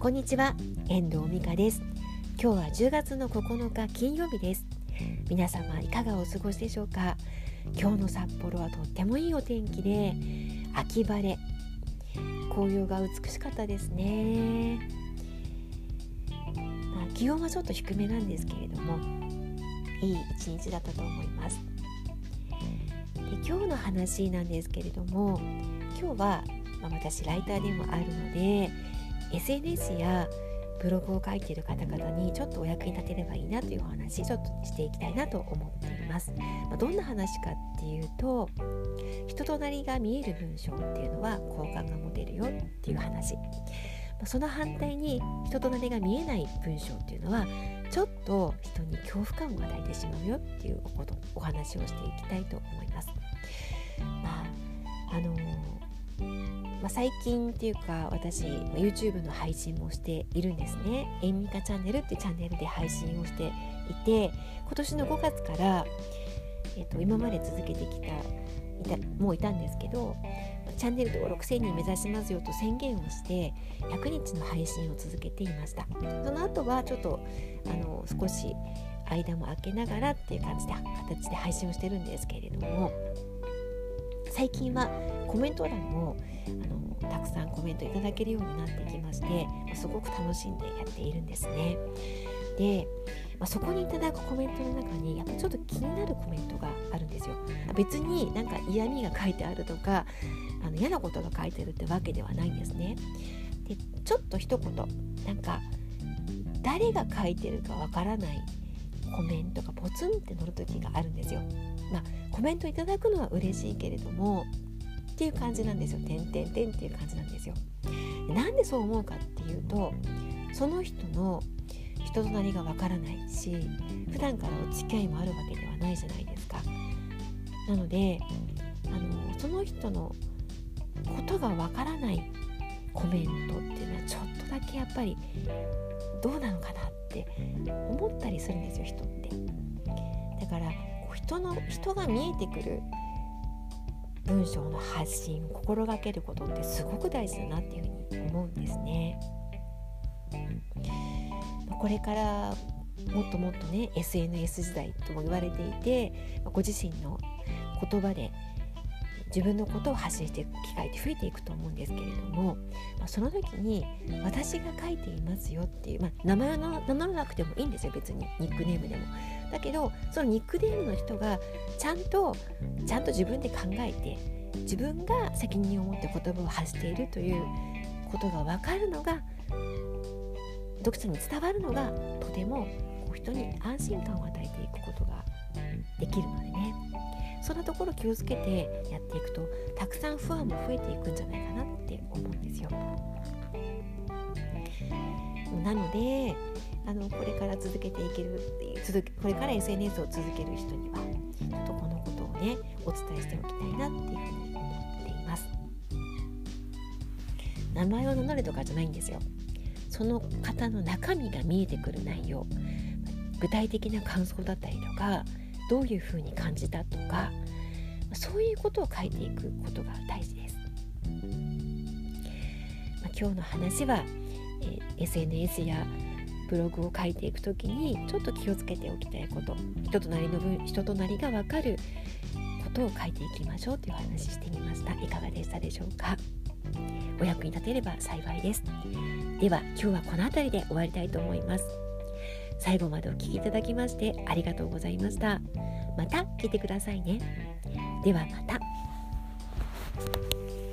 こんにちは、遠藤美香です。今日は10月の9日金曜日です。皆様いかがお過ごしでしょうか。今日の札幌はとってもいいお天気で、秋晴れ、紅葉が美しかったですね。気温はちょっと低めなんですけれども、いい一日だったと思います。で、今日の話なんですけれども、今日は、私ライターでもあるので SNS やブログを書いている方々にちょっとお役に立てればいいなというお話ちょっとしていきたいなと思っています。どんな話かっていうと、人となりが見える文章っていうのは好感が持てるよっていう話。その反対に人となりが見えない文章っていうのはちょっと人に恐怖感を与えてしまうよっていうお話をしていきたいと思います。最近っていうか、私 YouTube の配信もしているんですね。えんみかチャンネルっていうチャンネルで配信をしていて、今年の5月から、今まで続けてきもういたんですけど、チャンネル登録1000人目指しますよと宣言をして100日の配信を続けていました。その後はちょっと少し間も空けながらっていう形で配信をしてるんですけれども、最近はコメント欄もたくさんコメントいただけるようになってきまして、すごく楽しんでやっているんですね。で、そこにいただくコメントの中にやっぱりちょっと気になるコメントがあるんですよ。別になんか嫌味が書いてあるとか嫌なことが書いてあるってわけではないんですね。で、ちょっと一言なんか誰が書いてるかわからないコメントがポツンって載る時があるんですよ。コメントいただくのは嬉しいけれどもっていう感じなんですよ。点々点っていう感じなんですよ。なんでそう思うかっていうと、その人の人となりがわからないし、普段からお付き合いもあるわけではないじゃないですか。なのでその人のことがわからないコメントっていうのはちょっとだけやっぱりどうなのかなって思ったりするんですよ、人って。だから人が見えてくる文章の発信を心がけることってすごく大事だなっていうふうに思うんですね。これからもっともっとね SNS 時代とも言われていて、ご自身の言葉で自分のことを発信していく機会って増えていくと思うんですけれども、その時に私が書いていますよっていう、名前を名乗らなくてもいいんですよ、別にニックネームでも。だけどそのニックネームの人がちゃんと自分で考えて、自分が責任を持って言葉を発しているということが分かるのが、読者に伝わるのがとても人に安心感を与えていくことができるのでね、そんなところ気をつけてやっていくとたくさん不安も増えていくんじゃないかなって思うんですよ。なのでこれから続けていけるこれから SNS を続ける人にはちょっとこのことをねお伝えしておきたいなっていうふうに思っています。名前を名乗れとかじゃないんですよ。その方の中身が見えてくる内容、具体的な感想だったりとか、どういうふうに感じたとか、そういうことを書いていくことが大事です。今日の話は、SNS やブログを書いていくときにちょっと気をつけておきたいこと、人となりが分かることを書いていきましょうという話してみました。いかがでしたでしょうか。お役に立てれば幸いです。では今日はこの辺りで終わりたいと思います。最後までお聞きいただきましてありがとうございました。また聞いてくださいね。ではまた。